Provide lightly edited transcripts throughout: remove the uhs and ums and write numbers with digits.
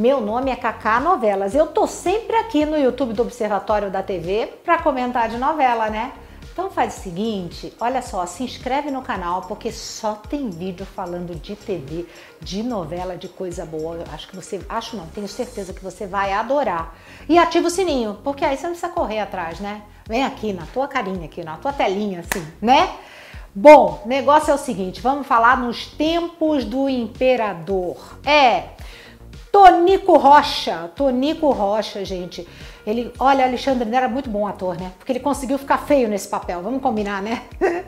Meu nome é Cacá Novelas. Eu tô sempre aqui no YouTube do Observatório da TV para comentar de novela, né? Então faz o seguinte, olha só, se inscreve no canal porque só tem vídeo falando de TV, de novela, de coisa boa. Tenho certeza que você vai adorar. E ativa o sininho, porque aí você não precisa correr atrás, né? Vem aqui na tua carinha, aqui na tua telinha, assim, né? Bom, o negócio é o seguinte, vamos falar nos tempos do imperador. Tonico Rocha, gente. Olha, Alexandre não era muito bom ator, né? Porque ele conseguiu ficar feio nesse papel, vamos combinar, né?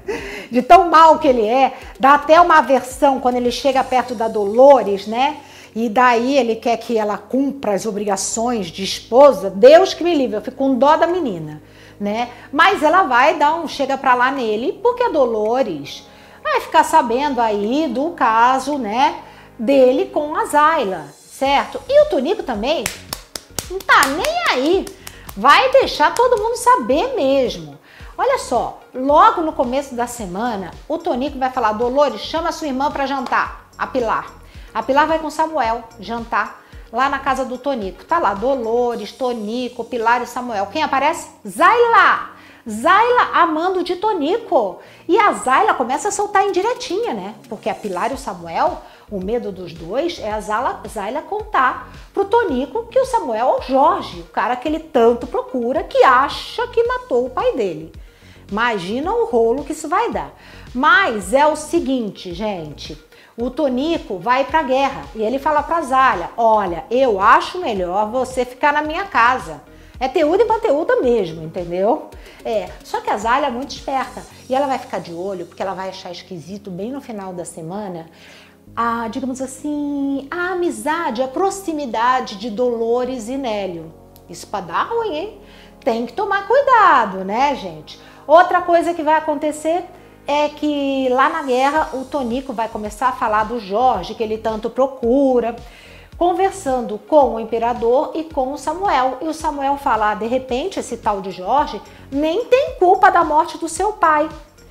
De tão mal que ele é. Dá até uma aversão quando ele chega perto da Dolores, né? E daí ele quer que ela cumpra as obrigações de esposa. Deus que me livre, eu fico com dó da menina, né? Mas ela vai dar um chega pra lá nele, porque a Dolores vai ficar sabendo aí do caso, né? Dele com a Zayla, certo? E o Tonico também não tá nem aí, vai deixar todo mundo saber mesmo. Olha só, logo no começo da semana, o Tonico vai falar, Dolores, chama sua irmã para jantar, a Pilar. A Pilar vai com Samuel jantar lá na casa do Tonico. Tá lá, Dolores, Tonico, Pilar e Samuel. Quem aparece? Zayla! Zayla amando de Tonico. E a Zayla começa a soltar indiretinha, né? Porque a Pilar e o Samuel, o medo dos dois é a Zayla contar pro Tonico que o Samuel é o Jorge, o cara que ele tanto procura, que acha que matou o pai dele. Imagina o rolo que isso vai dar. Mas é o seguinte, gente, o Tonico vai pra guerra e ele fala pra Zayla, olha, eu acho melhor você ficar na minha casa. É teuda e bateuda mesmo, entendeu? Só que a Zayla é muito esperta e ela vai ficar de olho porque ela vai achar esquisito bem no final da semana digamos assim, a amizade, a proximidade de Dolores e Nélio. Isso pra dar ruim, hein? Tem que tomar cuidado, né, gente? Outra coisa que vai acontecer é que lá na guerra o Tonico vai começar a falar do Jorge, que ele tanto procura, conversando com o imperador e com o Samuel. E o Samuel fala, de repente, esse tal de Jorge nem tem culpa da morte do seu pai.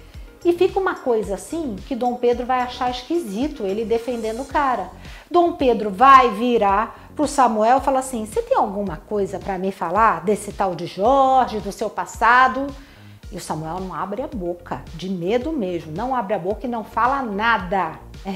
E fica uma coisa assim que Dom Pedro vai achar esquisito ele defendendo o cara. Dom Pedro vai virar pro Samuel e falar assim, você tem alguma coisa para me falar desse tal de Jorge, do seu passado? E o Samuel não abre a boca, de medo mesmo, não abre a boca e não fala nada.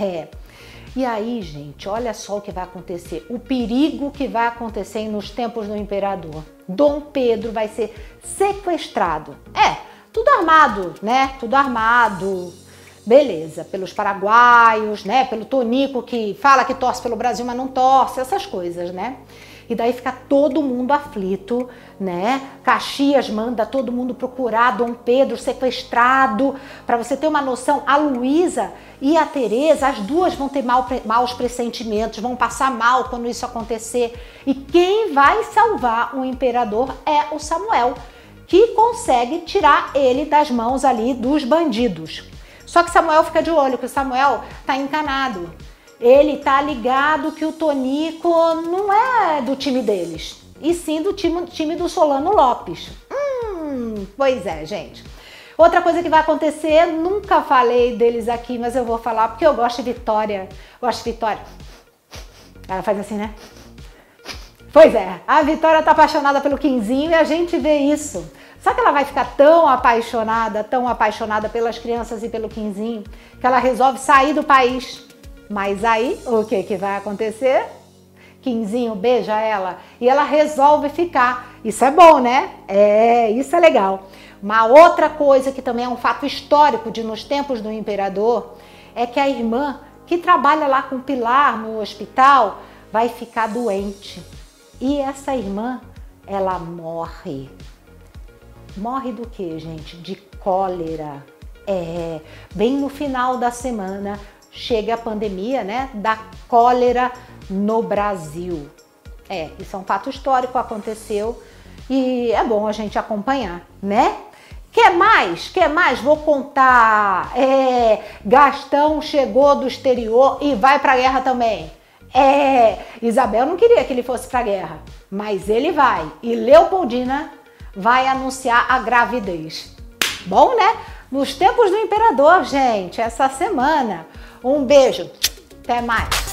E aí, gente, olha só o que vai acontecer, o perigo que vai acontecer nos tempos do imperador. Dom Pedro vai ser sequestrado. Tudo armado, né? Tudo armado. Beleza, pelos paraguaios, né? Pelo Tonico que fala que torce pelo Brasil, mas não torce, essas coisas, né? E daí fica todo mundo aflito, né? Caxias manda todo mundo procurar Dom Pedro sequestrado. Para você ter uma noção, a Luísa e a Teresa, as duas vão ter maus pressentimentos, vão passar mal quando isso acontecer. E quem vai salvar o imperador é o Samuel, que consegue tirar ele das mãos ali dos bandidos. Só que Samuel fica de olho, que o Samuel tá encanado. Ele tá ligado que o Tonico não é do time deles, e sim do time do Solano Lopes. Pois é, gente. Outra coisa que vai acontecer, nunca falei deles aqui, mas eu vou falar porque eu gosto de Vitória. Gosto de Vitória. Ela faz assim, né? Pois é, a Vitória tá apaixonada pelo Quinzinho e a gente vê isso. Só que ela vai ficar tão apaixonada pelas crianças e pelo Quinzinho, que ela resolve sair do país. Mas aí, o que vai acontecer? Quinzinho beija ela e ela resolve ficar. Isso é bom, né? Isso é legal. Uma outra coisa que também é um fato histórico nos tempos do imperador é que a irmã que trabalha lá com Pilar no hospital vai ficar doente. E essa irmã, ela morre. Morre do quê, gente? De cólera. Bem no final da semana chega a pandemia, né, da cólera no Brasil. Isso é um fato histórico, aconteceu e é bom a gente acompanhar, né? Quer mais? Vou contar. Gastão chegou do exterior e vai pra guerra também. Isabel não queria que ele fosse pra guerra, mas ele vai. E Leopoldina vai anunciar a gravidez. Bom, né? Nos tempos do imperador, gente, essa semana. Um beijo. Até mais.